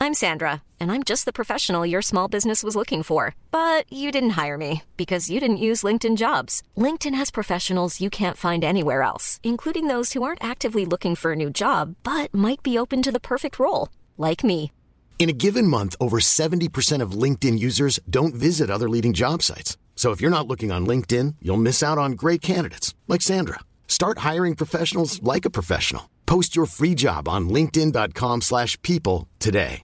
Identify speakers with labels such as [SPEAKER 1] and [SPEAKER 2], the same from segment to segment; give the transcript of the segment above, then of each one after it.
[SPEAKER 1] I'm Sandra, and I'm just the professional your small business was looking for. But you didn't hire me because you didn't use LinkedIn Jobs. LinkedIn has professionals you can't find anywhere else, including those who aren't actively looking for a new job, but might be open to the perfect role, like me.
[SPEAKER 2] In a given month, over 70% of LinkedIn users don't visit other leading job sites. So if you're not looking on LinkedIn, you'll miss out on great candidates like Sandra. Start hiring professionals like a professional. Post your free job on linkedin.com/people today.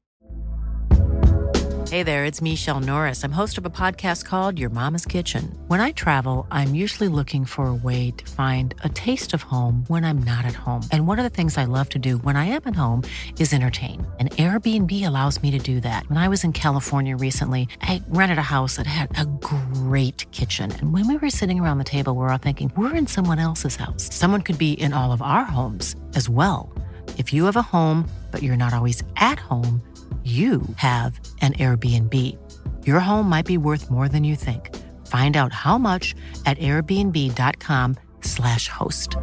[SPEAKER 3] Hey there, it's Michelle Norris. I'm host of a podcast called Your Mama's Kitchen. When I travel, I'm usually looking for a way to find a taste of home when I'm not at home. And one of the things I love to do when I am at home is entertain. And Airbnb allows me to do that. When I was in California recently, I rented a house that had a great kitchen. And when we were sitting around the table, we're all thinking, we're in someone else's house. Someone could be in all of our homes as well. If you have a home, but you're not always at home, you have an Airbnb. Your home might be worth more than you think. Find out how much at airbnb.com/host.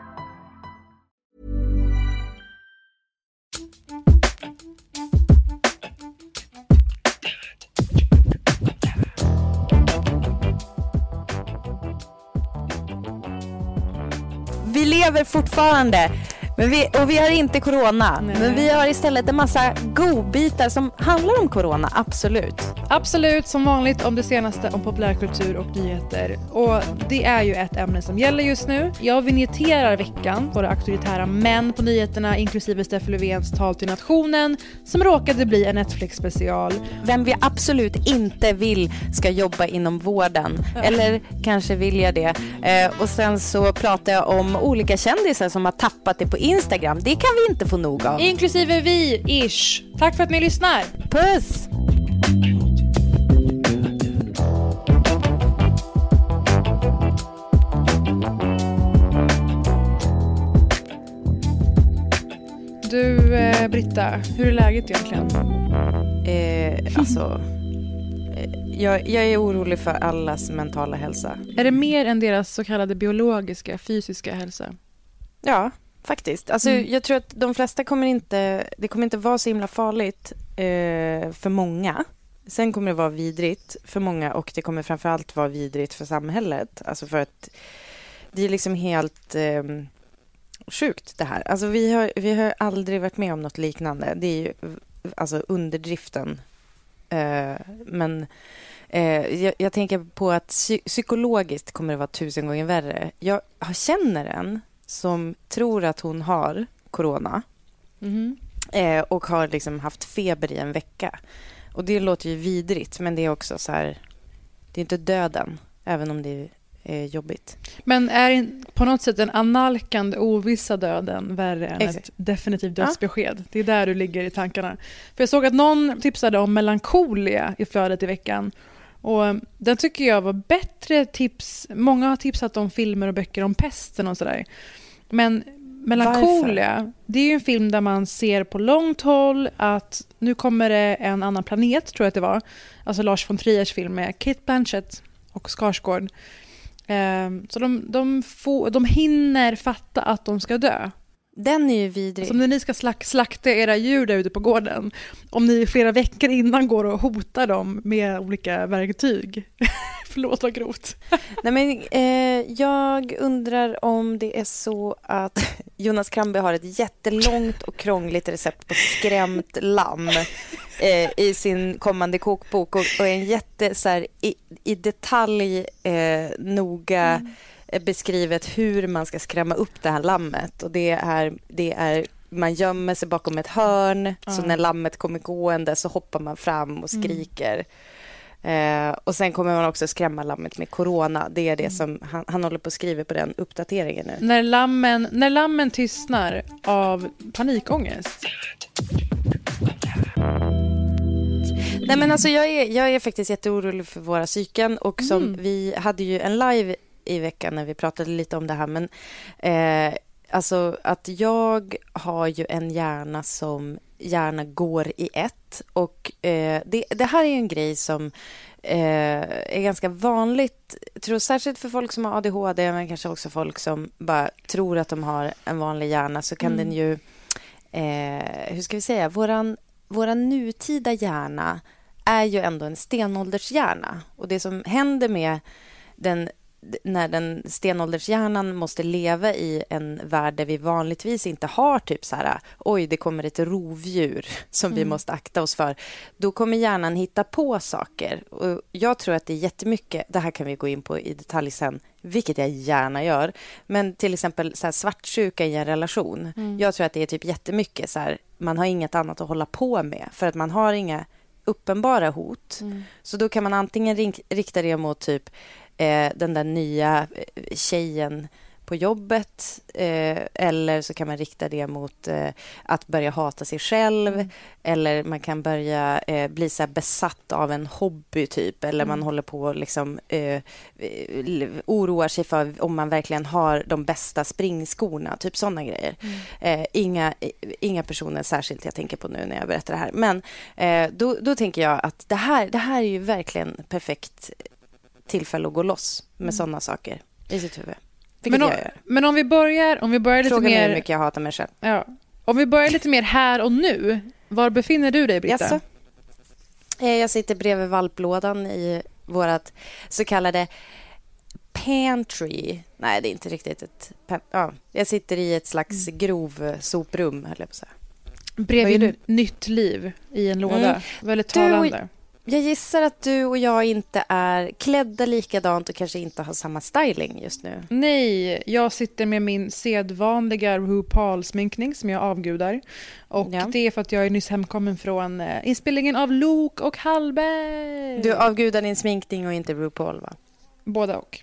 [SPEAKER 4] Vi lever fortfarande. Men vi har inte corona. Nej. Men vi har istället en massa godbitar som handlar om corona, absolut.
[SPEAKER 5] Absolut, som vanligt om det senaste om populärkultur och nyheter. Och det är ju ett ämne som gäller just nu. Jag vinjetterar veckan våra auktoritära män på nyheterna, inklusive Stefan Löfvens tal till nationen, som råkade bli en Netflix-special.
[SPEAKER 4] Vem vi absolut inte vill ska jobba inom vården. Eller kanske vill jag det. Och sen så pratar jag om olika kändisar som har tappat det på Instagram. Det kan vi inte få nog av.
[SPEAKER 5] Inklusive vi, ish. Tack för att ni lyssnar.
[SPEAKER 4] Puss!
[SPEAKER 5] Du, Britta, hur är läget egentligen?
[SPEAKER 4] Jag är orolig för allas mentala hälsa.
[SPEAKER 5] Är det mer än deras så kallade biologiska, fysiska hälsa?
[SPEAKER 4] Ja, faktiskt. Alltså, jag tror att de flesta kommer inte vara så himla farligt för många. Sen kommer det vara vidrigt för många och det kommer framförallt vara vidrigt för samhället. Alltså för att det är liksom helt sjukt det här. Alltså vi har aldrig varit med om något liknande. Det är ju alltså underdriften. Men jag tänker på att psykologiskt kommer det vara 1000 gånger värre. Jag känner en som tror att hon har corona och har liksom haft feber i en vecka. Och det låter ju vidrigt, men det är också så här, det är inte döden, även om det är jobbigt. Men
[SPEAKER 5] är på något sätt den analkande ovissa döden värre än ett definitivt dödsbesked? Ja. Det är där du ligger i tankarna. För jag såg att någon tipsade om melankolia i flödet i veckan. Och den tycker jag var bättre tips. Många har tipsat om filmer och böcker om pesten och sådär. Men melankolia, varför? Det är ju en film där man ser på långt håll att nu kommer det en annan planet, tror jag att det var. Alltså Lars von Triers film med Cate Blanchett och Skarsgård. Så de hinner fatta att de ska dö.
[SPEAKER 4] Den är ju vidrig.
[SPEAKER 5] Som när ni ska slakta era djur där ute på gården. Om ni flera veckor innan går och hotar dem med olika verktyg. Förlåt vad grovt.
[SPEAKER 4] Nej, men jag undrar om det är så att Jonas Kramby har ett jättelångt och krångligt recept på skrämt lamm i sin kommande kokbok och en jätte så här, i detalj noga beskrivet hur man ska skrämma upp det här lammet. Och det är man gömmer sig bakom ett hörn, så när lammet kommer gående så hoppar man fram och skriker. Och sen kommer man också skrämma lammet med corona. Det är det som han håller på att skriva på den uppdateringen nu.
[SPEAKER 5] När lammen tystnar av panikångest.
[SPEAKER 4] Nej, men alltså jag är faktiskt jätteorolig för våra psyken. Och som vi hade ju en live i veckan när vi pratade lite om det här. Men alltså att jag har ju en hjärna som gärna går i ett. Och det här är ju en grej som är ganska vanligt. Jag tror särskilt för folk som har ADHD, men kanske också folk som bara tror att de har en vanlig hjärna, så kan den ju hur ska vi säga, våran våra nutida hjärna är ju ändå en stenåldershjärna. Och det som händer med när den stenåldershjärnan måste leva i en värld där vi vanligtvis inte har typ så här, oj, det kommer ett rovdjur som vi måste akta oss för. Då kommer hjärnan hitta på saker. Och jag tror att det är jättemycket, det här kan vi gå in på i detalj sen, vilket jag gärna gör. Men till exempel så här, svartsjuka i en relation. Jag tror att det är typ jättemycket så här, man har inget annat att hålla på med för att man har inga uppenbara hot. Så då kan man antingen rikta det mot typ den där nya tjejen på jobbet, eller så kan man rikta det mot att börja hata sig själv, eller man kan börja bli så här besatt av en hobby typ, eller man håller på liksom oroar sig för om man verkligen har de bästa springskorna, typ sådana grejer. Inga personer särskilt jag tänker på nu när jag berättar det här, men då tänker jag att det här är ju verkligen perfekt tillfälle att gå loss med sådana saker i sitt huvud.
[SPEAKER 5] Men om vi börjar lite
[SPEAKER 4] Frågan
[SPEAKER 5] mer...
[SPEAKER 4] är hur mycket jag hatar mig själv.
[SPEAKER 5] Ja. Om vi börjar lite mer här och nu. Var befinner du dig, Britta?
[SPEAKER 4] Jaså? Jag sitter bredvid valplådan i vårat så kallade pantry. Nej, det är inte riktigt ett... jag sitter i ett slags grov soprum, höll jag på att säga.
[SPEAKER 5] Bredvid nytt liv i en låda. Väldigt talande.
[SPEAKER 4] Jag gissar att du och jag inte är klädda likadant och kanske inte har samma styling just nu.
[SPEAKER 5] Nej, jag sitter med min sedvanliga RuPaul-sminkning som jag avgudar. Och det är för att jag är nyss hemkommen från inspelningen av Lok och Hallberg.
[SPEAKER 4] Du avgudar din sminkning och inte RuPaul, va?
[SPEAKER 5] Båda och.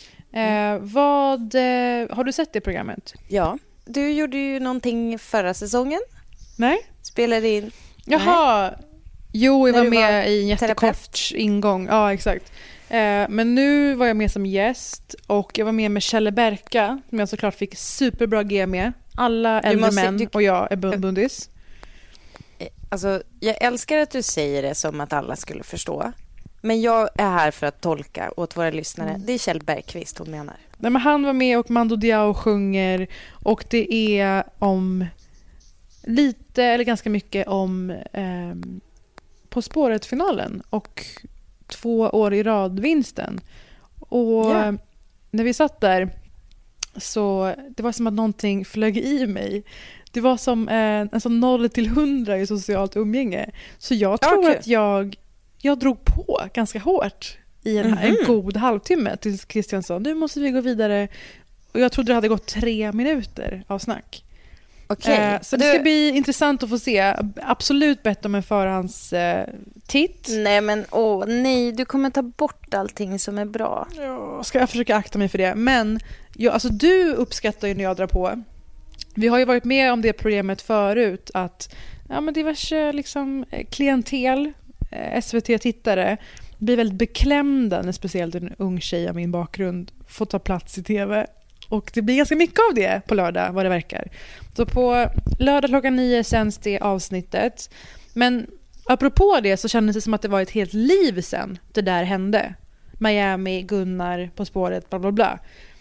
[SPEAKER 5] Har du sett det programmet?
[SPEAKER 4] Ja. Du gjorde ju någonting förra säsongen.
[SPEAKER 5] Nej.
[SPEAKER 4] Spelade in...
[SPEAKER 5] Jaha. Nej. Jo, jag var med i en jättekort ingång. Ja, exakt. Men nu var jag med som gäst och jag var med Kjelle Berka som jag såklart fick superbra G med. Alla äldre män och jag är bundis.
[SPEAKER 4] Alltså, jag älskar att du säger det som att alla skulle förstå. Men jag är här för att tolka åt våra lyssnare. Det är Kjell Bergqvist hon menar.
[SPEAKER 5] Nej, men han var med och Mando Diao sjunger och det är om lite eller ganska mycket om På spåret-finalen och 2 år i rad-vinsten. Och när vi satt där så det var som att någonting flög i mig. Det var som en sån 0 till 100 i socialt umgänge. Så jag tror att jag drog på ganska hårt i en god halvtimme till Kristiansson. Nu måste vi gå vidare. Och jag trodde det hade gått 3 minuter av snack.
[SPEAKER 4] Okay.
[SPEAKER 5] Så det ska bli intressant att få se. Absolut bett om en förhandstitt.
[SPEAKER 4] Nej, men nej, du kommer ta bort allting som är bra.
[SPEAKER 5] Ja, ska jag försöka akta mig för det. Men alltså, du uppskattar ju när jag drar på. Vi har ju varit med om det problemet förut att men diverse liksom, klientel, SVT-tittare blir väldigt beklämda när speciellt en ung tjej av min bakgrund får ta plats i tv. Och det blir ganska mycket av det på lördag, vad det verkar. Så på lördag klockan 9 sänds det avsnittet. Men apropå det så kändes det som att det var ett helt liv sen det där hände. Miami, Gunnar, På spåret, bla bla bla.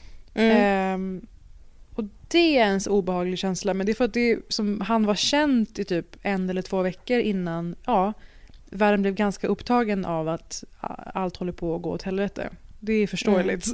[SPEAKER 5] Och det är en så obehaglig känsla. Men det är för att det som han var känd i typ 1 eller 2 veckor innan världen blev ganska upptagen av att allt håller på att gå åt helvete. Det är förståeligt.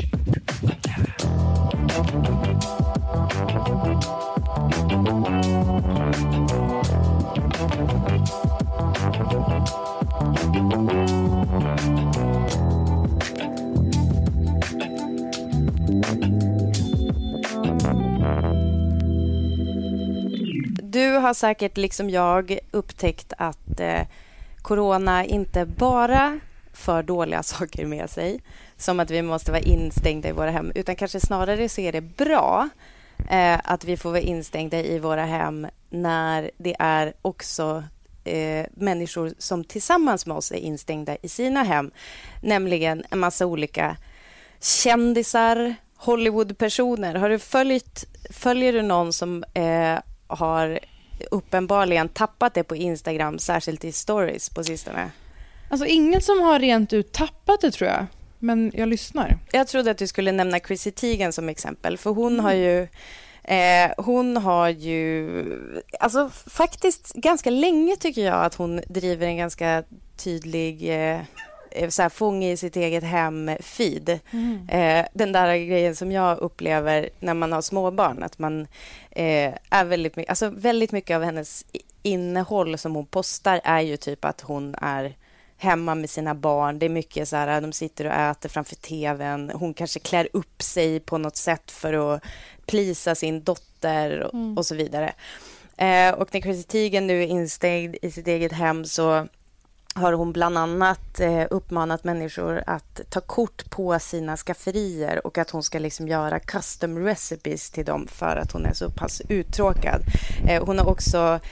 [SPEAKER 4] Du har säkert liksom jag upptäckt att corona inte bara för dåliga saker med sig, som att vi måste vara instängda i våra hem, utan kanske snarare så är det bra att vi får vara instängda i våra hem när det är också människor som tillsammans med oss är instängda i sina hem, nämligen en massa olika kändisar, Hollywoodpersoner. Följer du någon som har uppenbarligen tappat det på Instagram, särskilt i stories på sistone?
[SPEAKER 5] Alltså ingen som har rent ut tappat det, tror jag. Men jag lyssnar.
[SPEAKER 4] Jag trodde att du skulle nämna Chrissy Teigen som exempel. För hon har ju Hon har ju, alltså faktiskt ganska länge tycker jag att hon driver en ganska tydlig så här, fång i sitt eget hem-feed. Den där grejen som jag upplever när man har småbarn, att man är väldigt mycket av hennes innehåll som hon postar är ju typ att hon är hemma med sina barn. Det är mycket så här, de sitter och äter framför tvn. Hon kanske klär upp sig på något sätt för att plisa sin dotter och så vidare. Och när Chrissy Teigen nu är instängd i sitt eget hem så har hon bland annat uppmanat människor att ta kort på sina skafferier och att hon ska liksom göra custom recipes till dem för att hon är så pass uttråkad. Hon har också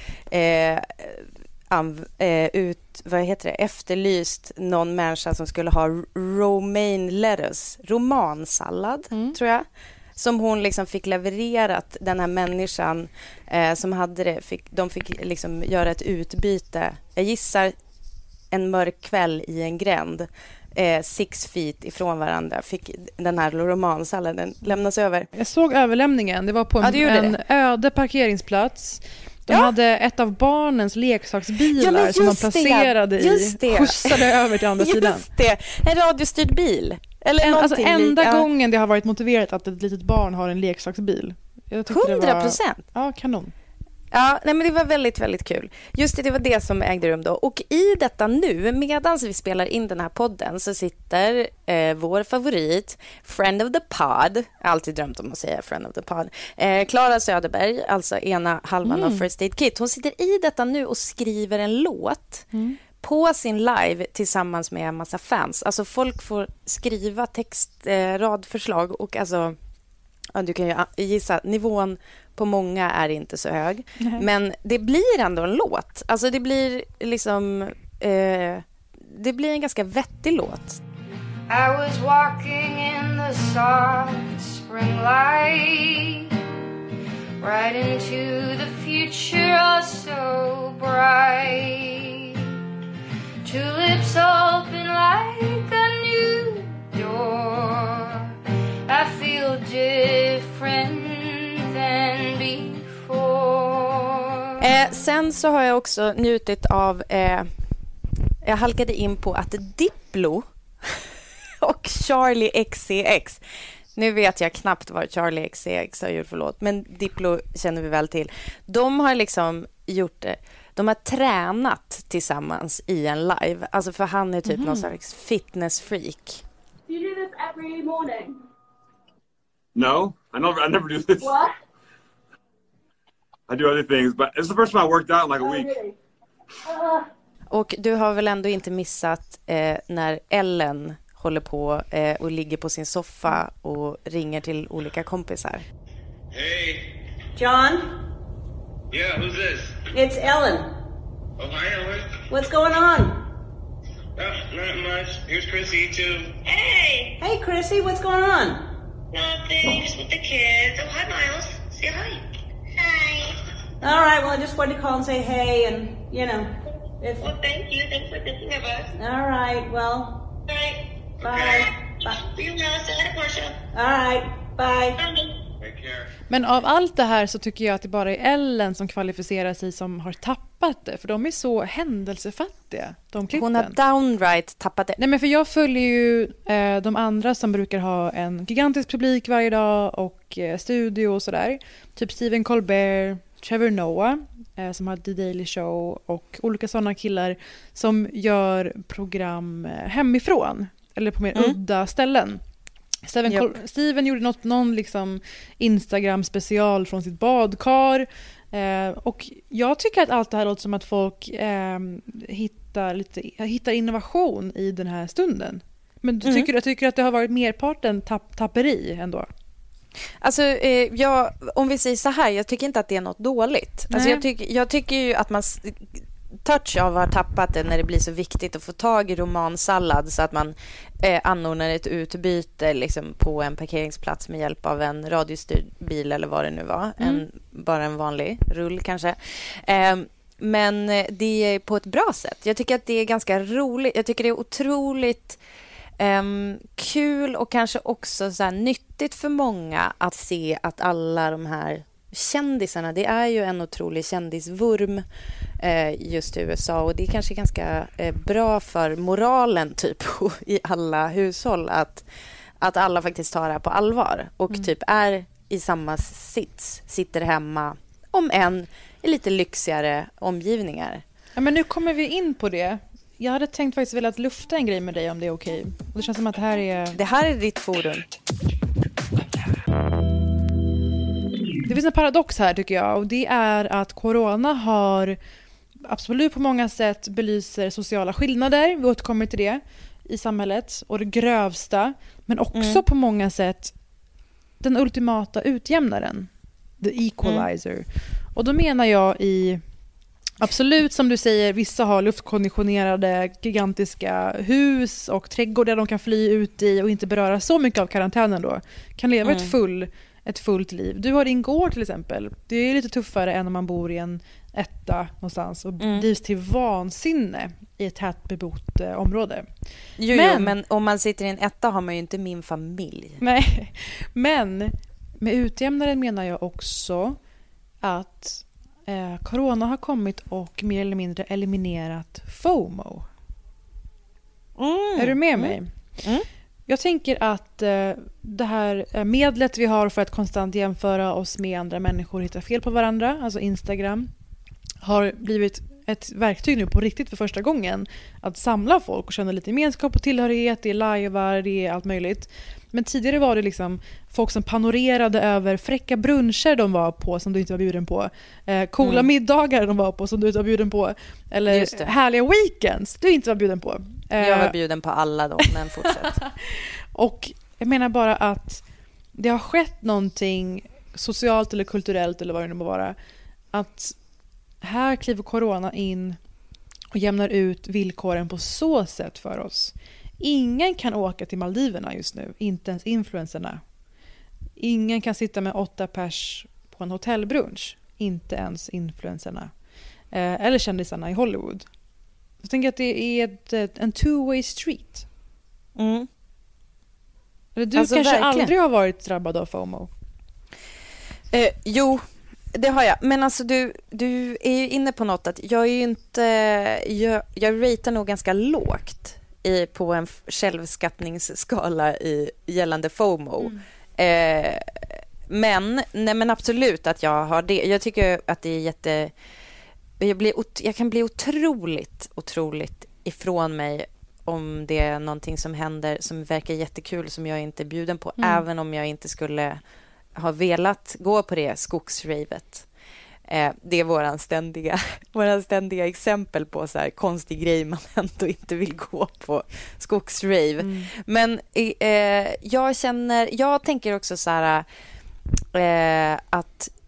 [SPEAKER 4] efterlyst någon människa som skulle ha romaine lettuce, romansallad tror jag, som hon liksom fick levererat. Den här människan som hade det, de fick liksom göra ett utbyte. Jag gissar en mörk kväll i en gränd 6 feet ifrån varandra fick den här romansalladen lämnas över.
[SPEAKER 5] Jag såg överlämningen. Det var på en öde parkeringsplats. De hade ett av barnens leksaksbilar som de placerade skjutsade över till andra sidan.
[SPEAKER 4] Just det, en radiostyrd bil. Eller
[SPEAKER 5] enda gången det har varit motiverat att ett litet barn har en leksaksbil.
[SPEAKER 4] 100%.
[SPEAKER 5] Ja, kanon.
[SPEAKER 4] Ja, nej, men det var väldigt, väldigt kul. Just det var det som ägde rum då. Och i detta nu, medan vi spelar in den här podden, så sitter vår favorit, friend of the pod, alltid drömt om att säga friend of the pod, Clara Söderberg, alltså ena halvan av First Aid Kit. Hon sitter i detta nu och skriver en låt på sin live tillsammans med en massa fans. Alltså folk får skriva radförslag och alltså, ja, du kan ju gissa, nivån på många är inte så hög. Men det blir ändå en låt. Alltså det blir liksom det blir en ganska vettig låt.
[SPEAKER 6] I was walking in the soft spring light, right into the future so bright. Tulips open like a new door. I feel different than before.
[SPEAKER 4] Sen så har jag också njutit av jag halkade in på att Diplo och Charlie XCX, nu vet jag knappt vad Charlie XCX har gjort för låt, men Diplo känner vi väl till. De har liksom gjort det. De har tränat tillsammans i en live. Alltså för han är typ någon slags fitness freak.
[SPEAKER 7] Do you do this every morning?
[SPEAKER 8] No, I never do this.
[SPEAKER 7] What?
[SPEAKER 8] I do other things, but it's the first time I worked out in like a week.
[SPEAKER 7] Really?
[SPEAKER 4] Och du har väl ändå inte missat när Ellen håller på och ligger på sin soffa och ringer till olika kompisar.
[SPEAKER 9] Hey.
[SPEAKER 10] John?
[SPEAKER 9] Yeah, who's this?
[SPEAKER 10] It's Ellen.
[SPEAKER 9] Oh, hi, Ellen.
[SPEAKER 10] What's going on?
[SPEAKER 9] Oh, not much. Here's Chrissy, too.
[SPEAKER 11] Hey!
[SPEAKER 10] Hey, Chrissy, what's going on?
[SPEAKER 11] Nothing, just with the kids. Oh, hi, Miles. Say hi. Hi.
[SPEAKER 10] All right, well, I just wanted to call and say hey, and, you know.
[SPEAKER 11] Well, thank you. Thanks for thinking of us.
[SPEAKER 10] All right, well.
[SPEAKER 11] All right.
[SPEAKER 10] Bye. Bye.
[SPEAKER 11] You know, say hi to Portia.
[SPEAKER 10] All right, bye.
[SPEAKER 9] Take care.
[SPEAKER 5] Men av allt det här så tycker jag att det bara är Ellen som kvalificerar sig som har tappat det. För de är så händelsefattiga, de klippen.
[SPEAKER 4] Hon har downright tappat det.
[SPEAKER 5] Nej, men för jag följer ju de andra som brukar ha en gigantisk publik varje dag och studio och sådär. Typ Stephen Colbert, Trevor Noah som har The Daily Show och olika sådana killar som gör program hemifrån eller på mer udda ställen. Steven gjorde någon liksom Instagram special från sitt badkar och jag tycker att allt det här låter som att folk hittar innovation i den här stunden. Men du tycker att det har varit merparten tapperi ändå?
[SPEAKER 4] Alltså, om vi säger så här, jag tycker inte att det är något dåligt. Alltså, jag tycker ju att man touch av har tappat det när det blir så viktigt att få tag i romansallad så att man anordnar ett utbyte liksom, på en parkeringsplats med hjälp av en radiostyrd bil eller vad det nu var. Bara en vanlig rull kanske. Men det är på ett bra sätt. Jag tycker att det är ganska roligt. Jag tycker det är otroligt Kul och kanske också så här nyttigt för många att se att alla de här kändisarna, det är ju en otrolig kändisvurm just i USA, och det är kanske ganska bra för moralen typ i alla hushåll att alla faktiskt tar det här på allvar och typ är i samma sits, sitter hemma, om än i lite lyxigare omgivningar.
[SPEAKER 5] Ja, men nu kommer vi in på det. Jag hade tänkt faktiskt vilja lufta en grej med dig om det är okej. Och det känns som att det här är
[SPEAKER 4] ditt forum.
[SPEAKER 5] Det finns en paradox här tycker jag, och det är att corona har absolut på många sätt belyser sociala skillnader, vi återkommer till det, i samhället och det grövsta, men också på många sätt den ultimata utjämnaren, the equalizer. Och då menar jag absolut som du säger, vissa har luftkonditionerade gigantiska hus och trädgårdar de kan fly ut i och inte beröra så mycket av karantänen då. Kan leva ett fullt liv. Du har din gård till exempel. Det är lite tuffare än om man bor i en etta någonstans och drivs till vansinne i ett tätbebott område.
[SPEAKER 4] Men om man sitter i en etta har man ju inte min familj.
[SPEAKER 5] Nej, men med utjämnaren menar jag också att corona har kommit och mer eller mindre eliminerat FOMO. Är du med mig? Jag tänker att det här medlet vi har för att konstant jämföra oss med andra människor och hitta fel på varandra, alltså Instagram, har blivit ett verktyg nu på riktigt för första gången att samla folk och känna lite gemenskap och tillhörighet. Det är lajvar, det är allt möjligt. Men tidigare var det liksom folk som panorerade över fräcka bruncher de var på som du inte var bjuden på. Coola middagar de var på som du inte var bjuden på. Eller härliga weekends du inte var bjuden på.
[SPEAKER 4] Jag var bjuden på alla dem, men fortsätt.
[SPEAKER 5] Och jag menar bara att det har skett någonting socialt eller kulturellt eller vad det nu må vara. Att här kliver corona in och jämnar ut villkoren på så sätt för oss. Ingen kan åka till Maldiverna just nu, inte ens influencerna. Ingen kan sitta med 8 pers på en hotellbrunch, inte ens influencerna. Eller kändisarna i Hollywood. Jag tänker att det är en two-way street. Eller du alltså, kanske verkligen aldrig har varit drabbad av FOMO?
[SPEAKER 4] Jo, det har jag. Men alltså du är ju inne på något att jag är ju inte... Jag ratear nog ganska lågt på en självskattningsskala gällande FOMO. Men absolut att jag har det. Jag tycker att det är jätte... Jag kan bli otroligt ifrån mig om det är någonting som händer som verkar jättekul som jag inte är bjuden på. Även om jag inte skulle ha velat gå på det skogsravet. Det är våra ständiga exempel på så här konstig grej man ändå inte vill gå på skogsrave. Men jag tänker också så här att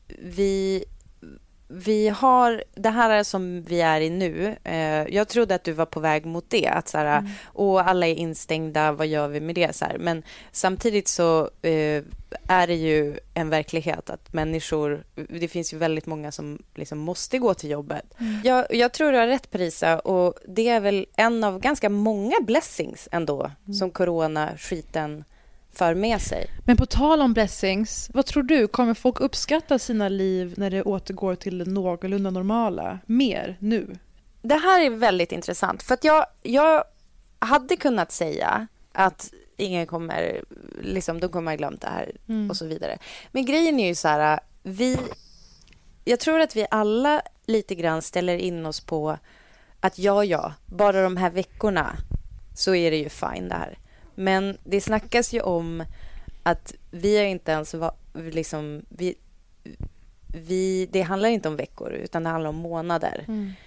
[SPEAKER 4] vi har det här som vi är i nu. Jag trodde att du var på väg mot det. Att så här, alla är instängda, vad gör vi med det? Så här. Men samtidigt så är det ju en verklighet att människor, det finns ju väldigt många som liksom måste gå till jobbet. Jag tror du har rätt, Parisa, och det är väl en av ganska många blessings ändå som corona-skiten för med sig.
[SPEAKER 5] Men på tal om blessings, vad tror du? Kommer folk uppskatta sina liv när det återgår till det någorlunda normala mer nu?
[SPEAKER 4] Det här är väldigt intressant. För att jag hade kunnat säga att ingen kommer, liksom, de kommer ha glömt det här och så vidare. Men grejen är ju så här, jag tror att vi alla lite grann ställer in oss på att bara de här veckorna så är det ju fine det här. Men det snackas ju om att vi är inte ens liksom, det handlar inte om veckor utan det handlar om månader.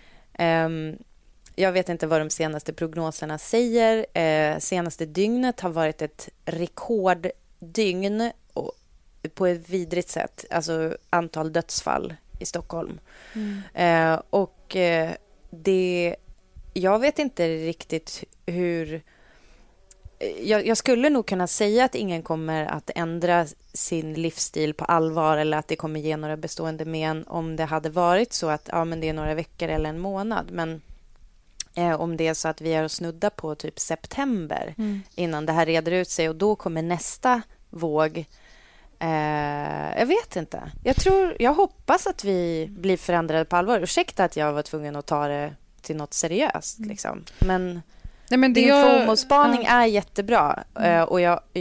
[SPEAKER 4] Jag vet inte vad de senaste prognoserna säger. Senaste dygnet har varit ett rekorddygn på ett vidrigt sätt. Alltså antal dödsfall i Stockholm. Jag vet inte riktigt hur... Jag skulle nog kunna säga att ingen kommer att ändra sin livsstil på allvar eller att det kommer ge några bestående men om det hade varit så att men det är några veckor eller en månad. Men Om det är så att vi är och snudda på typ september innan det här reder ut sig, och då kommer nästa våg. Jag vet inte. Jag hoppas att vi blir förändrade på allvar. Ursäkta att jag var tvungen att ta det till något seriöst. Liksom. Men din FOMO-spaning är jättebra. Och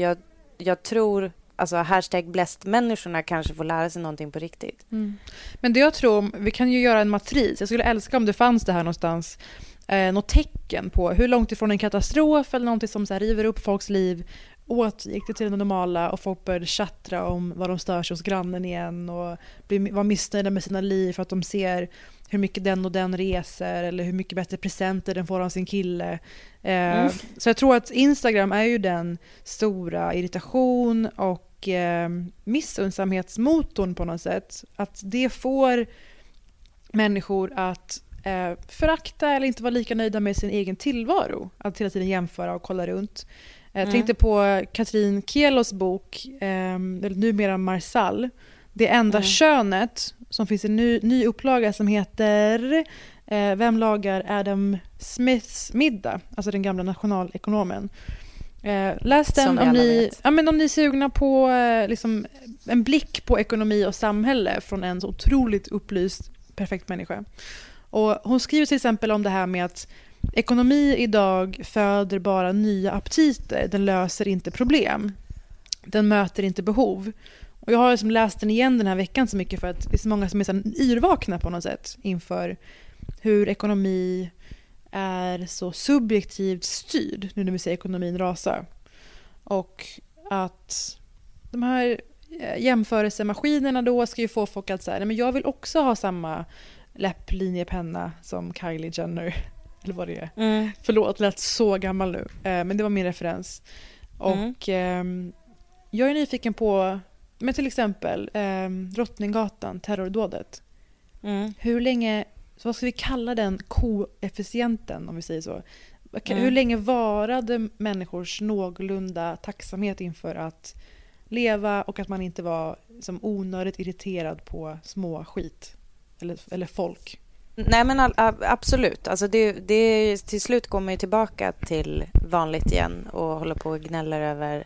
[SPEAKER 4] jag tror... Alltså #blästmänniskorna kanske får lära sig någonting på riktigt.
[SPEAKER 5] Men det jag tror, vi kan ju göra en matris. Jag skulle älska om det fanns det här någonstans. Något tecken på hur långt ifrån en katastrof eller någonting som så här river upp folks liv återgick det till det normala, och folk började chattra om vad de stör sig hos grannen igen och var missnöjda med sina liv för att de ser hur mycket den och den reser eller hur mycket bättre presenter den får av sin kille. Så jag tror att Instagram är ju den stora irritation och missunnsamhetsmotorn på något sätt. Att det får människor att förakta eller inte vara lika nöjda med sin egen tillvaro. Att hela tiden jämföra och kolla runt. Jag tänkte på Katrin Kielos bok, numera Marsall. Det enda könet, som finns en ny upplaga som heter Vem lagar Adam Smiths middag? Alltså den gamla nationalekonomen. Läs den om ni är sugna på liksom, en blick på ekonomi och samhälle från en så otroligt upplyst, perfekt människa. Och hon skriver till exempel om det här med att ekonomi idag föder bara nya aptiter. Den löser inte problem. Den möter inte behov. Och jag har liksom läst den igen den här veckan så mycket för att det är så många som är så yrvakna på något sätt inför hur ekonomi är så subjektivt styrd nu när vi ser ekonomin rasa. Och att de här jämförelsemaskinerna då ska ju få folk att säga, nej men jag vill också ha samma läpplinjepenna som Kylie Jenner. Eller vad det är. Förlåt, lät så gammal nu. Men det var min referens. Och jag är nyfiken på, men till exempel Drottninggatan, terrordådet. Hur länge, så vad ska vi kalla den koefficienten om vi säger så? Hur länge varade människors någorlunda tacksamhet inför att leva och att man inte var som onödigt irriterad på små skit eller folk?
[SPEAKER 4] Nej men absolut. Alltså det till slut går man ju tillbaka till vanligt igen och håller på och gnäller över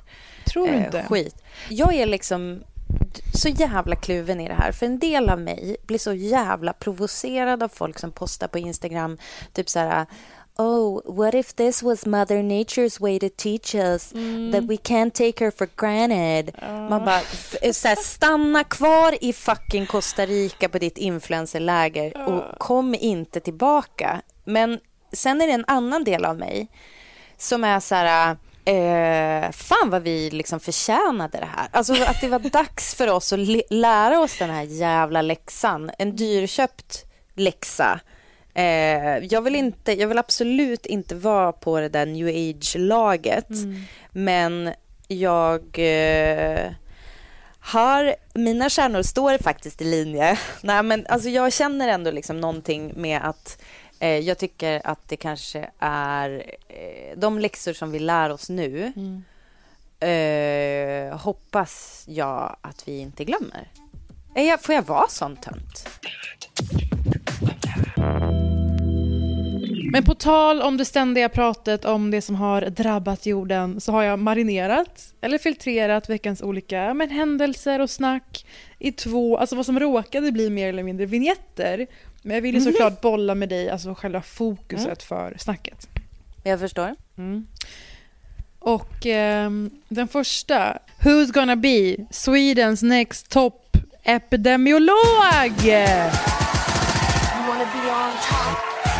[SPEAKER 4] skit. Jag är liksom så jävla kluven i det här. För en del av mig blir så jävla provocerad av folk som postar på Instagram typ så här: oh, what if this was Mother Nature's way to teach us that we can't take her for granted? Man bara, såhär, stanna kvar i fucking Costa Rica på ditt influencerläger och kom inte tillbaka. Men sen är det en annan del av mig som är så här: fan vad vi liksom förtjänade det här. Alltså att det var dags för oss att lära oss den här jävla läxan. En dyrköpt läxa. Jag vill absolut inte vara på det där New Age-laget. Men jag mina stjärnor står faktiskt i linje. Nej, men alltså jag känner ändå liksom någonting med att jag tycker att det kanske är de läxor som vi lär oss nu. Hoppas jag att vi inte glömmer. Får jag vara sån tönt?
[SPEAKER 5] Men på tal om det ständiga pratet om det som har drabbat jorden, så har jag marinerat eller filtrerat veckans olika händelser och snack i 2, alltså vad som råkade bli mer eller mindre vignetter. Men jag vill ju såklart bolla med dig, alltså själva fokuset för snacket.
[SPEAKER 4] Jag förstår.
[SPEAKER 5] Och den första, who's gonna be Swedens next top epidemiolog? You wanna be on top.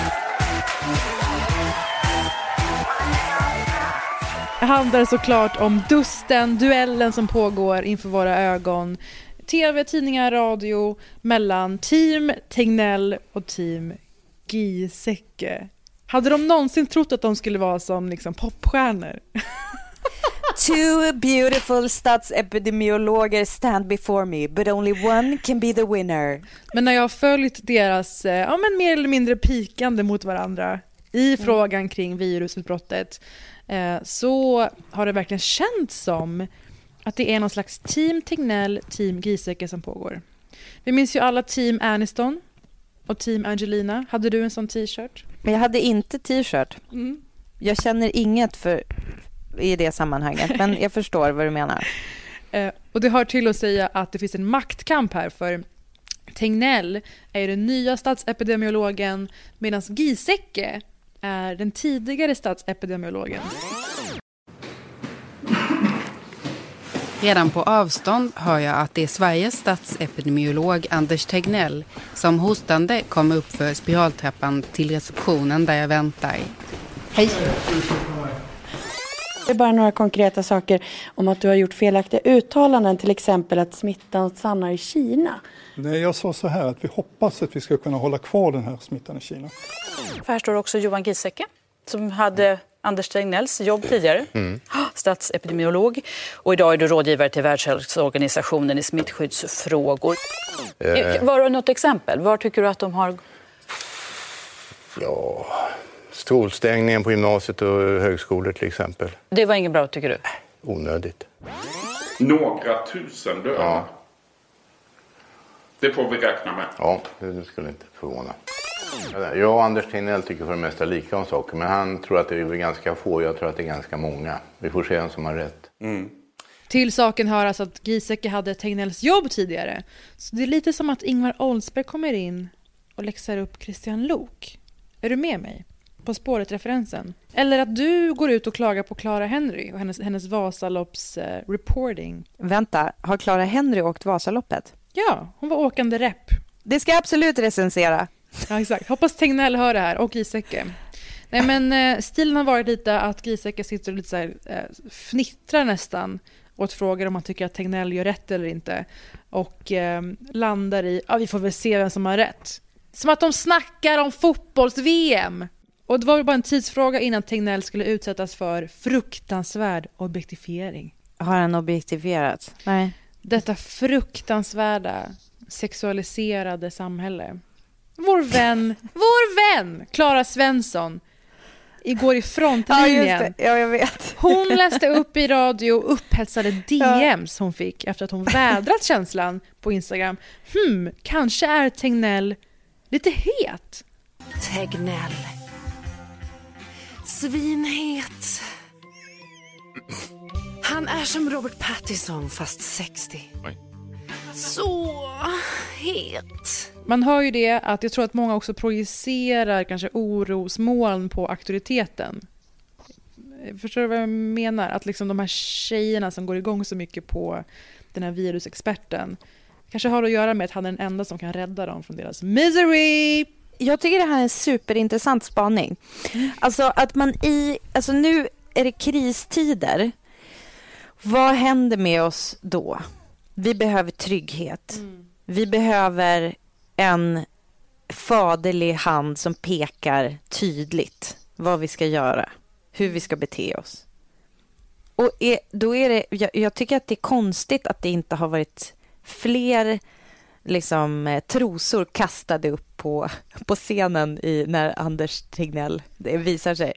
[SPEAKER 5] Det handlar såklart om duellen som pågår inför våra ögon. TV, tidningar, radio mellan team Tegnell och team Giesecke. Hade de någonsin trott att de skulle vara som liksom popstjärnor?
[SPEAKER 4] Two beautiful statsepidemiologer stand before me, but only one can be the winner.
[SPEAKER 5] Men när jag har följt deras mer eller mindre pikande mot varandra i frågan kring virusutbrottet, så har det verkligen känts som att det är någon slags team Tegnell, team Giesecke som pågår. Vi minns ju alla team Aniston, och Team Angelina. Hade du en sån t-shirt?
[SPEAKER 4] Men jag hade inte t-shirt. Jag känner inget i det sammanhanget, men jag förstår vad du menar.
[SPEAKER 5] Och det hör till att säga att det finns en maktkamp här, för Tegnell är den nya statsepidemiologen medan Giesecke är den tidigare statsepidemiologen.
[SPEAKER 12] Redan på avstånd hör jag att det är Sveriges statsepidemiolog Anders Tegnell som hostande kommer upp för spiraltrappan till receptionen där jag väntar.
[SPEAKER 13] Hej. Det är bara några konkreta saker om att du har gjort felaktiga uttalanden, till exempel att smittan stannar i Kina.
[SPEAKER 14] Nej, jag sa så här att vi hoppas att vi ska kunna hålla kvar den här smittan i Kina.
[SPEAKER 15] För här står också Johan Giesecke som hade Anders Tegnells jobb tidigare, statsepidemiolog, och idag är du rådgivare till Världshälsoorganisationen i smittskyddsfrågor. Var det något exempel? Var tycker du att de har...
[SPEAKER 16] Ja, skolstängningen på gymnasiet och högskolor till exempel.
[SPEAKER 15] Det var inget bra, tycker du?
[SPEAKER 16] Onödigt.
[SPEAKER 9] Några tusen döda.
[SPEAKER 16] Ja.
[SPEAKER 9] Det får vi räkna med.
[SPEAKER 16] Ja, det skulle inte förvåna. Jag och Anders Tegnell tycker för det mesta lika om saker, men han tror att det är ganska få, jag tror att det är ganska många. Vi får se vem som har rätt.
[SPEAKER 5] Till saken hör alltså att Giesecke hade Tegnells jobb tidigare. Så det är lite som att Ingvar Oldsberg kommer in och läxar upp Christian Lok. Är du med mig? På spåret-referensen. Eller att du går ut och klagar på Clara Henry och hennes Vasalopps reporting.
[SPEAKER 4] Vänta, har Clara Henry åkt Vasaloppet?
[SPEAKER 5] Ja, hon var åkande rep.
[SPEAKER 4] Det ska jag absolut recensera.
[SPEAKER 5] Ja, exakt. Hoppas Tegnell hör det här, och Giesecke. Nej, men stilen har varit lite att Giesecke sitter och lite så här, fnittrar nästan åt frågor om man tycker att Tegnell gör rätt eller inte. Och landar i, vi får väl se vem som har rätt. Som att de snackar om fotbolls-VM. Och det var bara en tidsfråga innan Tegnell skulle utsättas för fruktansvärd objektifiering.
[SPEAKER 4] Har han objektifierats? Nej.
[SPEAKER 5] Detta fruktansvärda sexualiserade samhälle. Vår vän Clara Svensson igår i frontlinjen.
[SPEAKER 4] Ja, just det. Ja, jag vet.
[SPEAKER 5] Hon läste upp i radio och upphetsade DMs hon fick efter att hon vädrat känslan på Instagram. Kanske är Tegnell lite het.
[SPEAKER 17] Tegnell. Svinhet. Han är som Robert Pattinson fast 60.
[SPEAKER 16] Oj.
[SPEAKER 17] Så het.
[SPEAKER 5] Man hör ju det att jag tror att många också projicerar kanske orosmoln på auktoriteten. Förstår du vad jag menar? Att liksom de här tjejerna som går igång så mycket på den här virusexperten kanske har att göra med att han är den enda som kan rädda dem från deras misery.
[SPEAKER 4] Jag tycker det här är en superintressant spaning. Alltså att alltså nu är det kristider. Vad händer med oss då? Vi behöver trygghet. Vi behöver en faderlig hand som pekar tydligt vad vi ska göra, hur vi ska bete oss. Och då är det, jag tycker att det är konstigt att det inte har varit fler liksom trosor kastade upp på scenen när Anders Tegnell visar sig.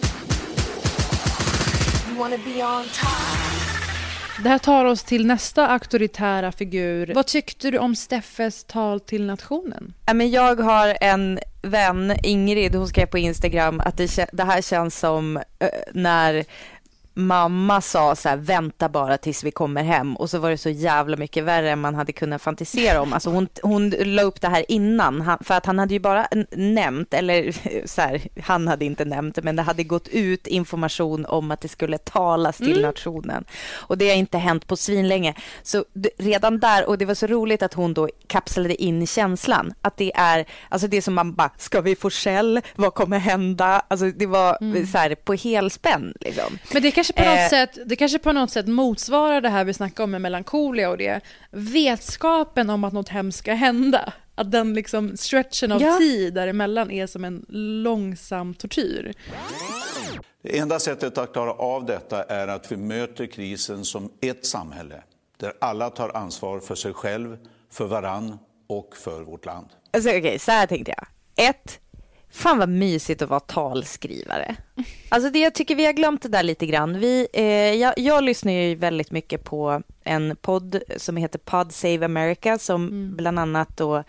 [SPEAKER 5] Det här tar oss till nästa auktoritära figur. Vad tyckte du om Steffes tal till nationen?
[SPEAKER 4] Jag har en vän, Ingrid, hon skrev på Instagram att det här känns som när mamma sa så här, vänta bara tills vi kommer hem, och så var det så jävla mycket värre än man hade kunnat fantisera om. Alltså hon la upp det här innan, för att han hade ju bara nämnt, eller så här, han hade inte nämnt det, men det hade gått ut information om att det skulle talas till nationen, och det har inte hänt på svinlänge. Så redan där, och det var så roligt att hon då kapslade in känslan att det är, alltså det som man bara, ska vi få skäll? Vad kommer hända? Alltså det var så här på helspänn liksom.
[SPEAKER 5] Men det kanske på något sätt motsvarar det här vi snackar om med melankolia och det. Vetskapen om att något hemskt ska hända. Att den liksom stretchen av tid däremellan är som en långsam tortyr.
[SPEAKER 18] Det enda sättet att klara av detta är att vi möter krisen som ett samhälle. Där alla tar ansvar för sig själv, för varann och för vårt land.
[SPEAKER 4] Alltså, okej, så här tänkte jag. Fan vad mysigt att vara talskrivare. Alltså jag tycker vi har glömt det där lite grann. Jag lyssnar ju väldigt mycket på en podd som heter Pod Save America som bland annat då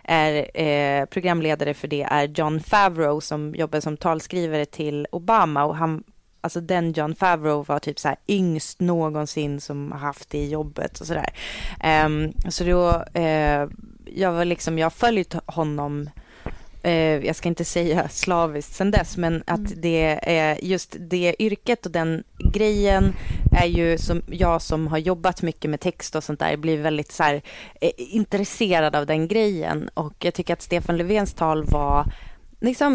[SPEAKER 4] är programledare för det är Jon Favreau som jobbar som talskrivare till Obama och alltså den Jon Favreau var typ så här yngst någonsin som har haft det i jobbet och sådär. Så då jag följt honom jag ska inte säga slaviskt sen dess, men att det är just det yrket och den grejen är ju som jag som har jobbat mycket med text och sånt där blir väldigt så här intresserad av den grejen, och jag tycker att Stefan Löfvens tal var liksom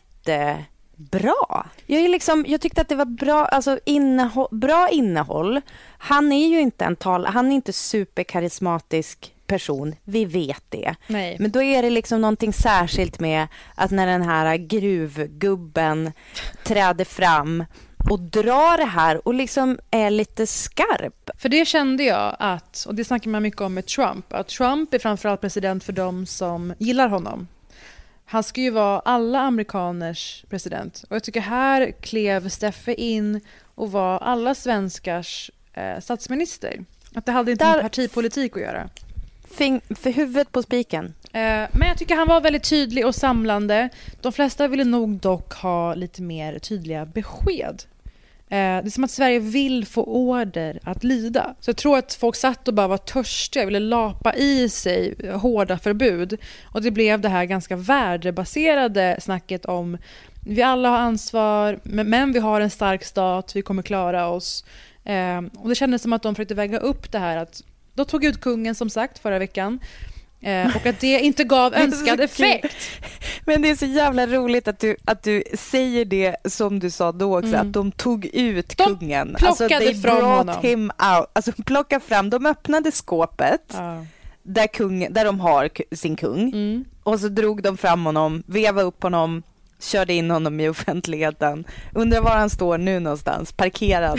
[SPEAKER 4] jättebra. Jag tyckte att det var bra, alltså bra innehåll. Han är ju inte han är inte superkarismatisk person, vi vet det.
[SPEAKER 5] Nej.
[SPEAKER 4] Men då är det liksom någonting särskilt med att när den här gruvgubben träder fram och drar det här och liksom är lite skarp.
[SPEAKER 5] För det kände jag och det snackar man mycket om med Trump, att Trump är framförallt president för dem som gillar honom. Han ska ju vara alla amerikaners president. Och jag tycker här klev Steffe in och var alla svenskars statsminister. Att det hade inte med partipolitik att göra.
[SPEAKER 4] För huvudet på spiken.
[SPEAKER 5] Men jag tycker han var väldigt tydlig och samlande. De flesta ville nog dock ha lite mer tydliga besked. Det är som att Sverige vill få order att lyda. Så jag tror att folk satt och bara var törstiga, ville lapa i sig hårda förbud. Och det blev det här ganska värdebaserade snacket om vi alla har ansvar, men vi har en stark stat, vi kommer klara oss. Och det kändes som att de försökte väga upp det här att då tog ut kungen som sagt förra veckan. Och att det inte gav önskad effekt.
[SPEAKER 4] Men det är så jävla roligt att du säger det som du sa då också, att de tog ut kungen.
[SPEAKER 5] Alltså they brought
[SPEAKER 4] him out. Alltså plocka fram, de öppnade skåpet där de har sin kung. Och så drog de fram honom, vevade upp honom, körde in honom i offentligheten. Undrar var han står nu någonstans. Parkerad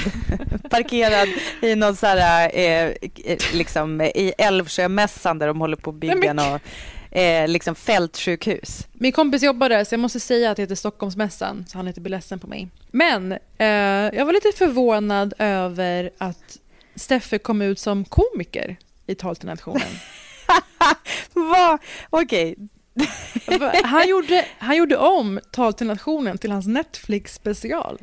[SPEAKER 4] i någon så här liksom i Älvsjömässan där de håller på att bygga något liksom fältsjukhus.
[SPEAKER 5] Min kompis jobbar där, så jag måste säga att det heter Stockholmsmässan, så han inte blir ledsen på mig. Men jag var lite förvånad över att Steffe kom ut som komiker i Tal till nationen.
[SPEAKER 4] Va? Okej.
[SPEAKER 5] Han gjorde om Tal till nationen till hans Netflix-special.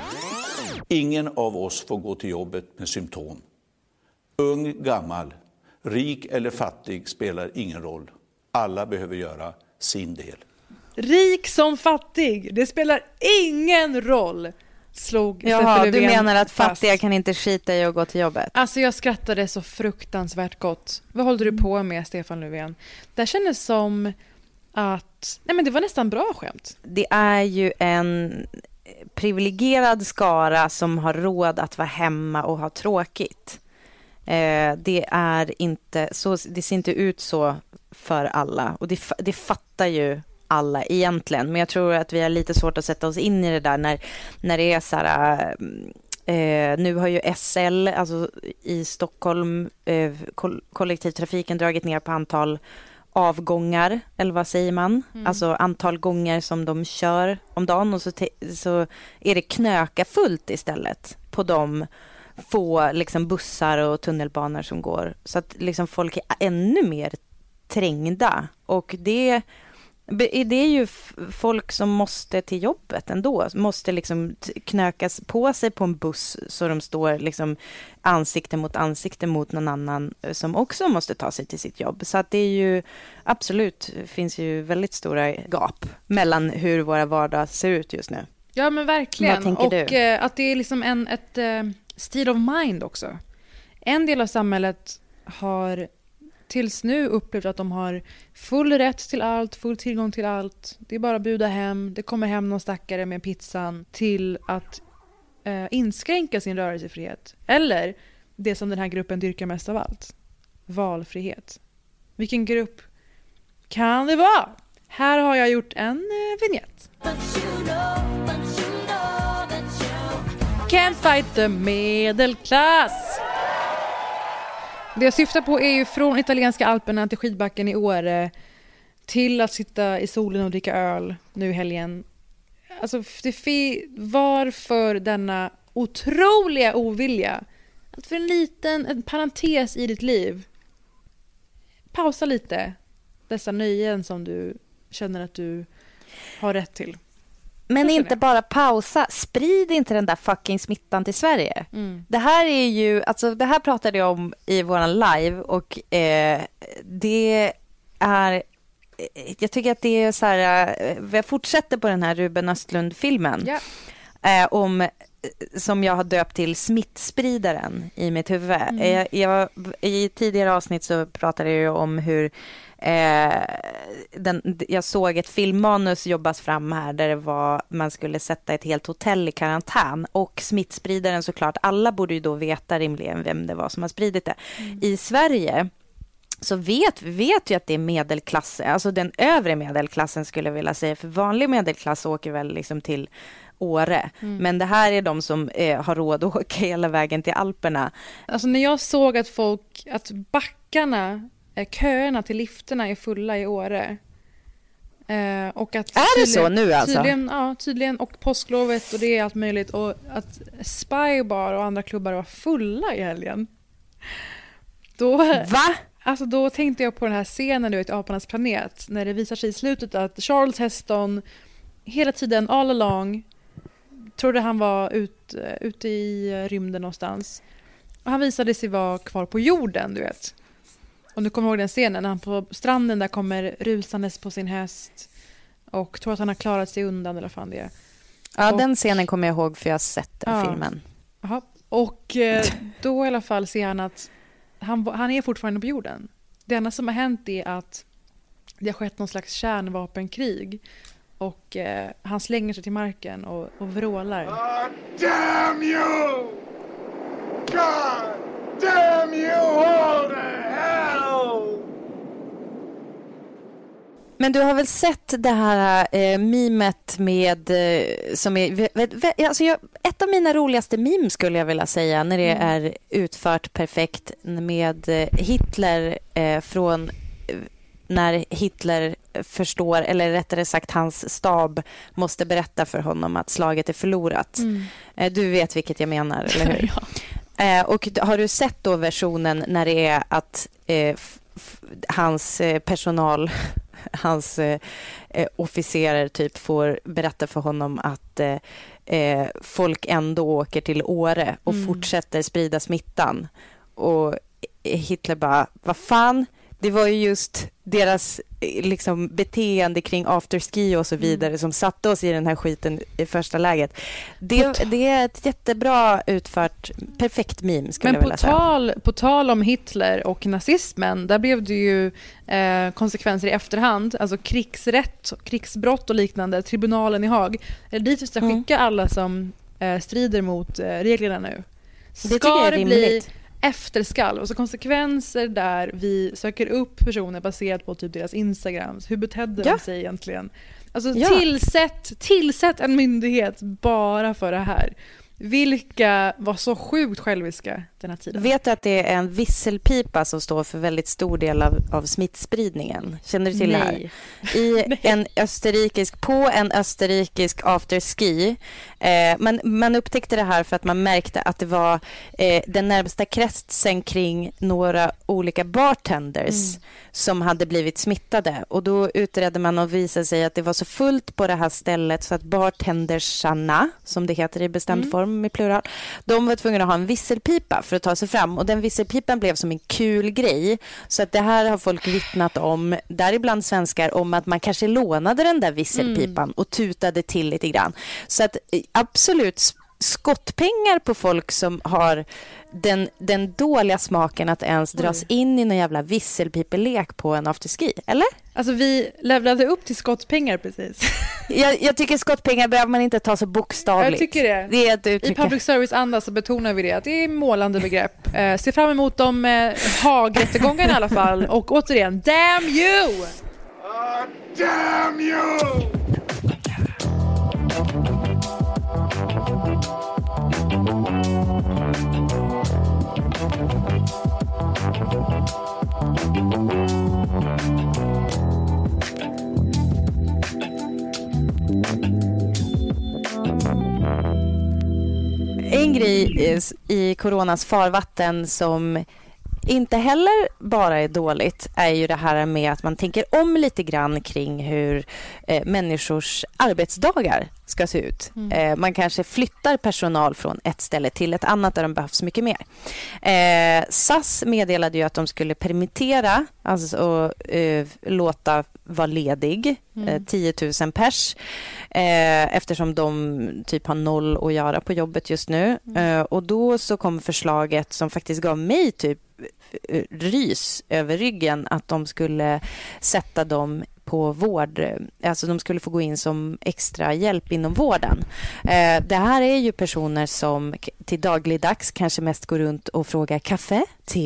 [SPEAKER 18] Ingen av oss får gå till jobbet med symptom. Ung, gammal, rik eller fattig spelar ingen roll. Alla behöver göra sin del.
[SPEAKER 5] Rik som fattig, det spelar ingen roll.
[SPEAKER 4] Jaha, du menar att fattiga kan inte skita i att gå till jobbet?
[SPEAKER 5] Alltså jag skrattade så fruktansvärt gott. Vad håller du på med, Stefan Löfven? Det kändes som att det var nästan bra skämt.
[SPEAKER 4] Det är ju en privilegierad skara som har råd att vara hemma och ha tråkigt. Det är inte så, det ser inte ut så för alla, och det fattar ju alla egentligen, men jag tror att vi har lite svårt att sätta oss in i det där när det är så här. Nu har ju SL, alltså i Stockholm, kollektivtrafiken dragit ner på antal avgångar, eller vad säger man? Alltså antal gånger som de kör om dagen, och så är det knöka fullt istället på de få liksom bussar och tunnelbanor som går, så att liksom folk är ännu mer trängda, och det är ju folk som måste till jobbet ändå, måste liksom knökas på sig på en buss så de står liksom ansikte mot någon annan som också måste ta sig till sitt jobb. Så att det är ju absolut, finns ju väldigt stora gap mellan hur våra vardagar ser ut just nu.
[SPEAKER 5] Ja men verkligen.
[SPEAKER 4] Vad tänker du?
[SPEAKER 5] Och att det är liksom ett state of mind också. En del av samhället har tills nu upplevt att de har full rätt till allt, full tillgång till allt. Det är bara att buda hem, det kommer hem någon stackare med pizzan, till att inskränka sin rörelsefrihet. Eller det som den här gruppen dyrkar mest av allt, valfrihet. Vilken grupp kan det vara? Här har jag gjort en vignett. Can't fight the medelklass. Det jag syftar på är ju från italienska Alperna till skidbacken i Åre till att sitta i solen och dricka öl nu i helgen. Alltså, varför denna otroliga ovilja att för en parentes i ditt liv pausa lite dessa nöjen som du känner att du har rätt till.
[SPEAKER 19] Men inte bara pausa, sprid inte den där fucking smittan till Sverige. Det här är ju, alltså det här pratade jag om i våran live och det är, jag tycker att det är så här, jag fortsätter på den här Ruben Östlund-filmen om, som jag har döpt till smittspridaren i mitt huvud. I tidigare avsnitt så pratade jag om hur jag såg ett filmmanus jobbas fram här där det var, man skulle sätta ett helt hotell i karantän och smittspridaren såklart, alla borde ju då veta rimligen vem det var som har spridit det. I Sverige så vet vi ju att det är medelklassen, alltså den övre medelklassen skulle jag vilja säga, för vanlig medelklass åker väl liksom till Åre. Men det här är de som har råd att åka hela vägen till Alperna.
[SPEAKER 5] Alltså när jag såg att backarna, köerna till lifterna är fulla i Åre. Och att
[SPEAKER 19] är det så nu alltså?
[SPEAKER 5] Tydligen, och påsklovet och det är allt möjligt. Och att Spybar och andra klubbar var fulla i helgen.
[SPEAKER 19] Va?
[SPEAKER 5] Alltså då tänkte jag på den här scenen i Aparnas planet. När det visar sig i slutet att Charles Heston hela tiden, all along, trodde han var ute i rymden någonstans. Och han visade sig vara kvar på jorden, du vet. Och nu kommer jag ihåg den scenen när han på stranden där kommer rusandes på sin häst och tror att han har klarat sig undan eller fan det är.
[SPEAKER 19] Ja, och den scenen kommer jag ihåg för jag har sett den filmen.
[SPEAKER 5] Aha. Och då i alla fall ser han att han är fortfarande på jorden. Det enda som har hänt är att det har skett någon slags kärnvapenkrig. Och han slänger sig till marken och vrålar.
[SPEAKER 9] Damn you! God damn you all to hell!
[SPEAKER 19] Men du har väl sett det här mimet med som är alltså ett av mina roligaste memes skulle jag vilja säga när det är utfört perfekt med Hitler från när Hitler förstår, eller rättare sagt hans stab måste berätta för honom att slaget är förlorat. Du vet vilket jag menar, eller hur? Och har du sett då versionen när det är att hans personal, hans officerer typ får berätta för honom att folk ändå åker till Åre och fortsätter sprida smittan. Och Hitler bara, vad fan? Det var ju just deras liksom beteende kring afterski och så vidare som satte oss i den här skiten i första läget. Det är ett jättebra utfört, perfekt meme skulle jag vilja säga.
[SPEAKER 5] Men på tal om Hitler och nazismen, där blev det ju konsekvenser i efterhand, alltså krigsbrott och liknande, tribunalen i Haag. Är det dit vi ska skicka alla som strider mot reglerna nu? Ska det bli efterskall, och så konsekvenser där vi söker upp personer baserat på typ deras Instagrams. Hur betedde de sig egentligen? Alltså tillsätt en myndighet bara för det här. Vilka var så sjukt själviska den här tiden?
[SPEAKER 19] Vet du att det är en visselpipa som står för väldigt stor del av smittspridningen? Känner du till det här? På en österrikisk afterski. Man upptäckte det här för att man märkte att det var den närmsta kretsen kring några olika bartenders som hade blivit smittade. Och då utredde man och visade sig att det var så fullt på det här stället så att bartendersarna, som det heter i bestämd form i plural, de var tvungna att ha en visselpipa för att ta sig fram. Och den visselpipan blev som en kul grej. Så att det här har folk vittnat om, däribland svenskar, om att man kanske lånade den där visselpipan och tutade till lite grann. Så att absolut skottpengar på folk som har den dåliga smaken att ens dras in i någon jävla visselpipelek på en afterski, eller?
[SPEAKER 5] Alltså vi levlade upp till skottpengar precis.
[SPEAKER 19] Jag tycker skottpengar behöver man inte ta så bokstavligt.
[SPEAKER 5] Jag tycker det.
[SPEAKER 19] Det är ett uttryck.
[SPEAKER 5] I public service-anda så betonar vi det. Att det är målande begrepp. Se fram emot de Haag-rättegångarna i alla fall. Och återigen, damn you!
[SPEAKER 9] Damn you!
[SPEAKER 19] En grej i coronas farvatten som inte heller bara är dåligt är ju det här med att man tänker om lite grann kring hur människors arbetsdagar ska se ut. Man kanske flyttar personal från ett ställe till ett annat där de behövs mycket mer. SAS meddelade ju att de skulle permittera, alltså och låta vara ledig 10 000 pers eftersom de typ har noll att göra på jobbet just nu. Och då så kom förslaget som faktiskt gav mig typ rys över ryggen att de skulle sätta dem på vård, alltså de skulle få gå in som extra hjälp inom vården. Det här är ju personer som till dagligdags kanske mest går runt och frågar kaffe,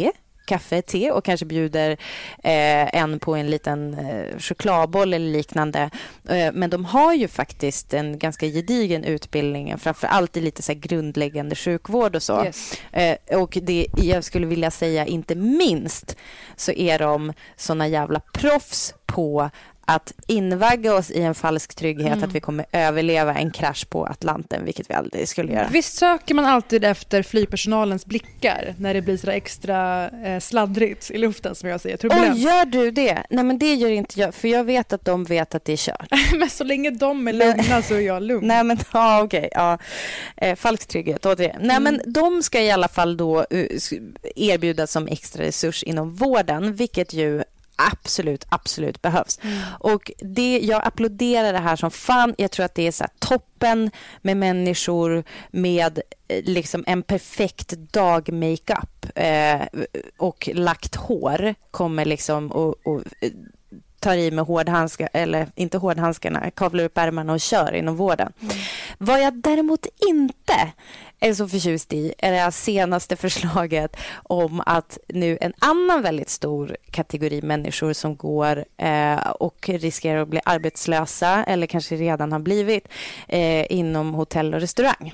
[SPEAKER 19] te och kanske bjuder en på en liten chokladboll eller liknande. Men de har ju faktiskt en ganska gedigen utbildning, framförallt i lite så här grundläggande sjukvård och så. Yes. Och det jag skulle vilja säga, inte minst så är de såna jävla proffs på att invagga oss i en falsk trygghet att vi kommer överleva en krasch på Atlanten, vilket vi aldrig skulle göra.
[SPEAKER 5] Visst söker man alltid efter flygpersonalens blickar när det blir så extra sladdrigt i luften, som jag säger. Turbulens.
[SPEAKER 19] Gör du det? Nej, men det gör inte jag, för jag vet att de vet att det är kört.
[SPEAKER 5] Men så länge de är lugna så är jag lugn.
[SPEAKER 19] Nej, men okej. Falsk trygghet. Nej, men de ska i alla fall då erbjudas som extra resurs inom vården, vilket ju absolut behövs. Och jag applåderar det här som fan. Jag tror att det är så här toppen med människor med liksom en perfekt dag-makeup och lagt hår kommer liksom och tar i med hårdhandskar, eller inte hårdhandskarna, kavlar upp ärmarna och kör inom vården. Vad jag däremot inte är så förtjust i är det här senaste förslaget om att nu en annan väldigt stor kategori människor som går och riskerar att bli arbetslösa eller kanske redan har blivit inom hotell och restaurang.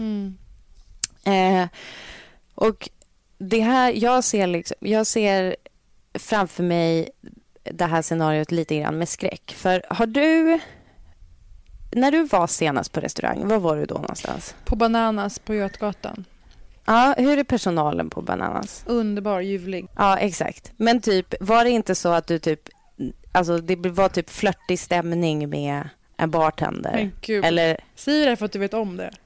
[SPEAKER 19] Och det här, jag ser framför mig det här scenariot lite grann med skräck. För när du var senast på restaurang, var var du då någonstans?
[SPEAKER 5] På Bananas på Götgatan.
[SPEAKER 19] Ja, hur är personalen på Bananas?
[SPEAKER 5] Underbar, ljuvlig.
[SPEAKER 19] Ja, exakt. Men typ, var det inte så att du typ, alltså det var typ flörtig stämning med en bartender?
[SPEAKER 5] Men gud,
[SPEAKER 19] eller
[SPEAKER 5] säg det för att du vet om det.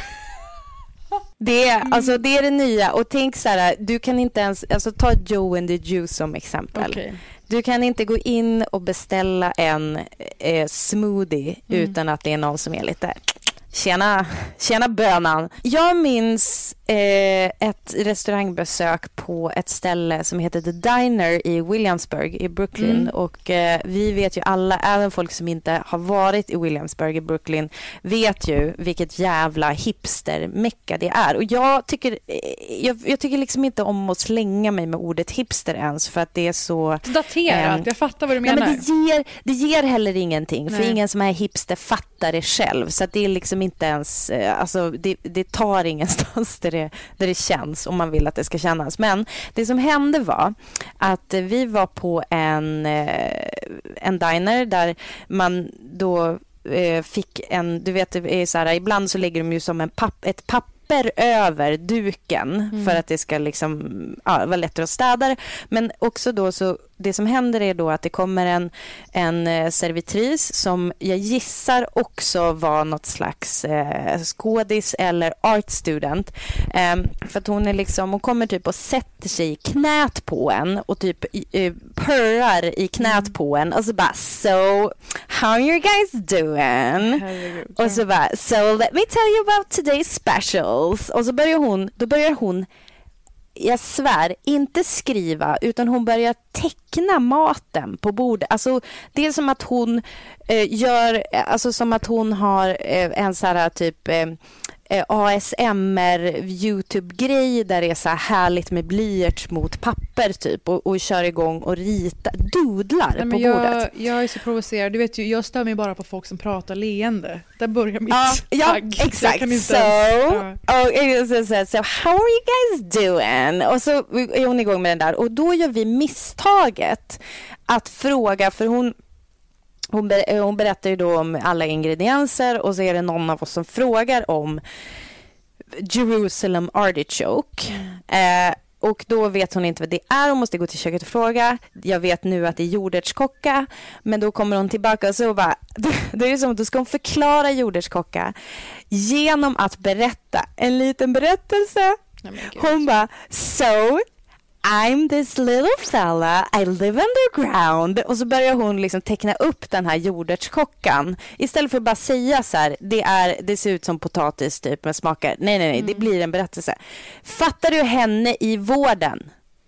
[SPEAKER 19] Det är det nya. Och tänk så här, du kan inte ens, alltså ta Joe and the Juice som exempel. Okay. Du kan inte gå in och beställa en smoothie utan att det är någon som är lite tjena bönan. Jag minns ett restaurangbesök på ett ställe som heter The Diner i Williamsburg i Brooklyn. Och vi vet ju alla, även folk som inte har varit i Williamsburg i Brooklyn vet ju vilket jävla hipster-mecka det är. Och jag tycker liksom inte om att slänga mig med ordet hipster ens, för att det är så
[SPEAKER 5] daterat. Jag fattar vad du menar.
[SPEAKER 19] Nej, men det ger heller ingenting. Nej. För ingen som är hipster fattar det själv. Så att det är liksom inte ens, alltså det tar ingenstans där det känns, om man vill att det ska kännas. Men det som hände var att vi var på en diner där man då fick en, du vet, det är så här, ibland så lägger de ju som ett papper över duken för att det ska liksom vara lättare att städa. Men också då så det som händer är då att det kommer en servitris som jag gissar också var något slags skådis eller art student. För att hon är liksom, hon kommer typ och sätter sig i knät på en och typ purrar i knät på en och så bara, so how are you guys doing? Och så bara, so let me tell you about today's specials. Och så börjar hon jag svär, inte skriva, utan hon börjar teckna maten på bordet. Alltså det är som att hon som att hon har en så här typ ASMR YouTube-grej där det är så här härligt med blyerts mot papper typ och kör igång och doodlar på bordet.
[SPEAKER 5] Jag är så provocerad. Du vet ju, jag stör mig bara på folk som pratar leende. Där börjar mitt tagg.
[SPEAKER 19] Exakt. So how are you guys doing? Och så är hon igång med den där. Och då gör vi misstaget att fråga, för hon berättar ju då om alla ingredienser och så är det någon av oss som frågar om
[SPEAKER 4] Jerusalem artichoke. Och då vet hon inte vad det är. Hon måste gå till köket och fråga. Jag vet nu att det är jordärtskocka. Men då kommer hon tillbaka och så bara... Det är som att då ska hon förklara jordärtskocka genom att berätta en liten berättelse. Hon bara, so I'm this little fella, I live underground. Och så börjar hon liksom teckna upp den här jordärtskockan. Istället för att bara säga så här, det ser ut som potatis typ med smakar. Nej, det blir en berättelse. Fattar du henne i vården?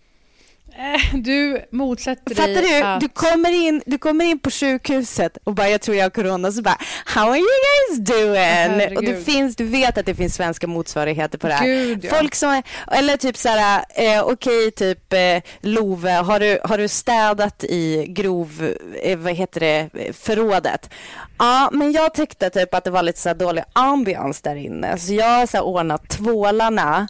[SPEAKER 5] Du motsätter
[SPEAKER 4] dig.
[SPEAKER 5] Fattar du?
[SPEAKER 4] Att... Du kommer in på sjukhuset och bara, jag tror jag har corona, så bara, how are you guys doing? Och du vet att det finns svenska motsvarigheter på det här.
[SPEAKER 5] Gud, ja.
[SPEAKER 4] Folk som, eller typ så här, okej, typ Love, har du städat i förrådet? Ja, men jag tyckte typ att det var lite så här dålig ambiance där inne. Så jag har så här ordnat tvålarna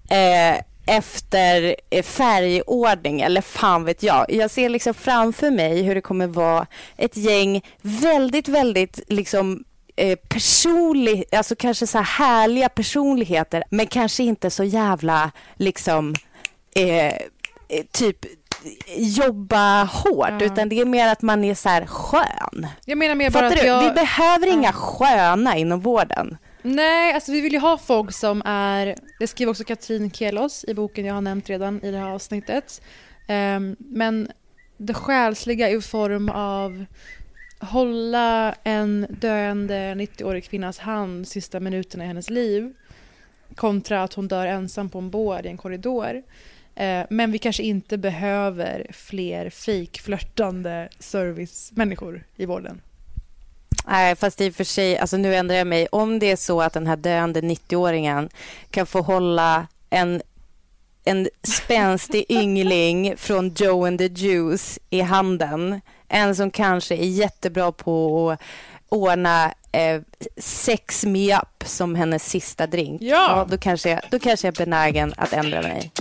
[SPEAKER 4] efter färgordning, eller fan vet jag. Jag ser liksom framför mig hur det kommer vara ett gäng väldigt, väldigt liksom personligt, alltså kanske så här härliga personligheter, men kanske inte så jävla liksom typ jobba hårt, utan det är mer att man är så här skön.
[SPEAKER 5] Jag menar mer bara att
[SPEAKER 4] vi behöver inga sköna inom vården.
[SPEAKER 5] Nej, alltså vi vill ju ha folk som är... Det skriver också Katrin Kelos i boken jag har nämnt redan i det här avsnittet. Men det själsliga i form av hålla en döende 90-årig kvinnas hand sista minuterna i hennes liv kontra att hon dör ensam på en bår i en korridor. Men vi kanske inte behöver fler fake-flörtande servicemänniskor i vården.
[SPEAKER 4] Nej, fast i och för sig, alltså nu ändrar jag mig. Om det är så att den här döende 90-åringen kan få hålla en spänstig yngling från Joe and the Juice i handen, en som kanske är jättebra på att ordna sex me up som hennes sista drink. Ja, då kanske jag är benägen att ändra mig.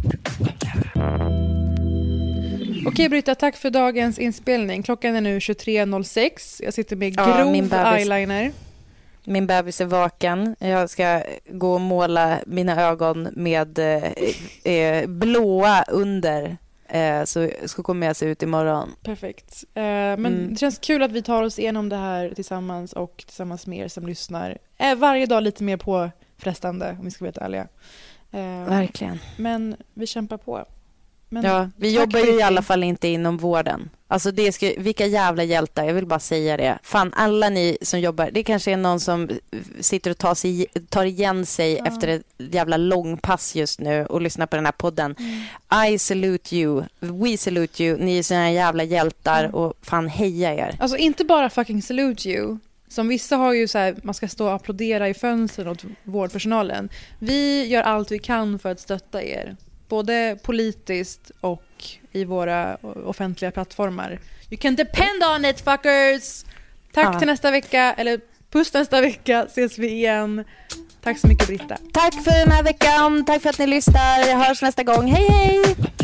[SPEAKER 5] Okej Britta, tack för dagens inspelning. Klockan är nu 23.06. Jag sitter med grov eyeliner.
[SPEAKER 4] Min bebis är vaken. Jag ska gå och måla mina ögon med blåa under. Så kommer jag se ut imorgon.
[SPEAKER 5] Perfekt. Men det känns kul att vi tar oss igenom det här tillsammans och tillsammans med er som lyssnar. Varje dag lite mer påfrestande, om vi ska vara ärliga.
[SPEAKER 4] Verkligen.
[SPEAKER 5] Men vi kämpar på.
[SPEAKER 4] Men vi jobbar ju i alla fall inte inom vården. Alltså vilka jävla hjältar, jag vill bara säga det. Fan, alla ni som jobbar, det kanske är någon som sitter och tar igen sig efter ett jävla långpass just nu och lyssnar på den här podden. I salute you, we salute you, ni är såna jävla hjältar och fan heja er.
[SPEAKER 5] Alltså inte bara fucking salute you. Som vissa har ju så här, man ska stå och applådera i fönstren åt vårdpersonalen. Vi gör allt vi kan för att stötta er. Både politiskt och i våra offentliga plattformar. You can depend on it, fuckers! Tack till nästa vecka, eller puss nästa vecka, ses vi igen. Tack så mycket Britta.
[SPEAKER 4] Tack för den här veckan, tack för att ni lyssnar. Hörs nästa gång, hej hej!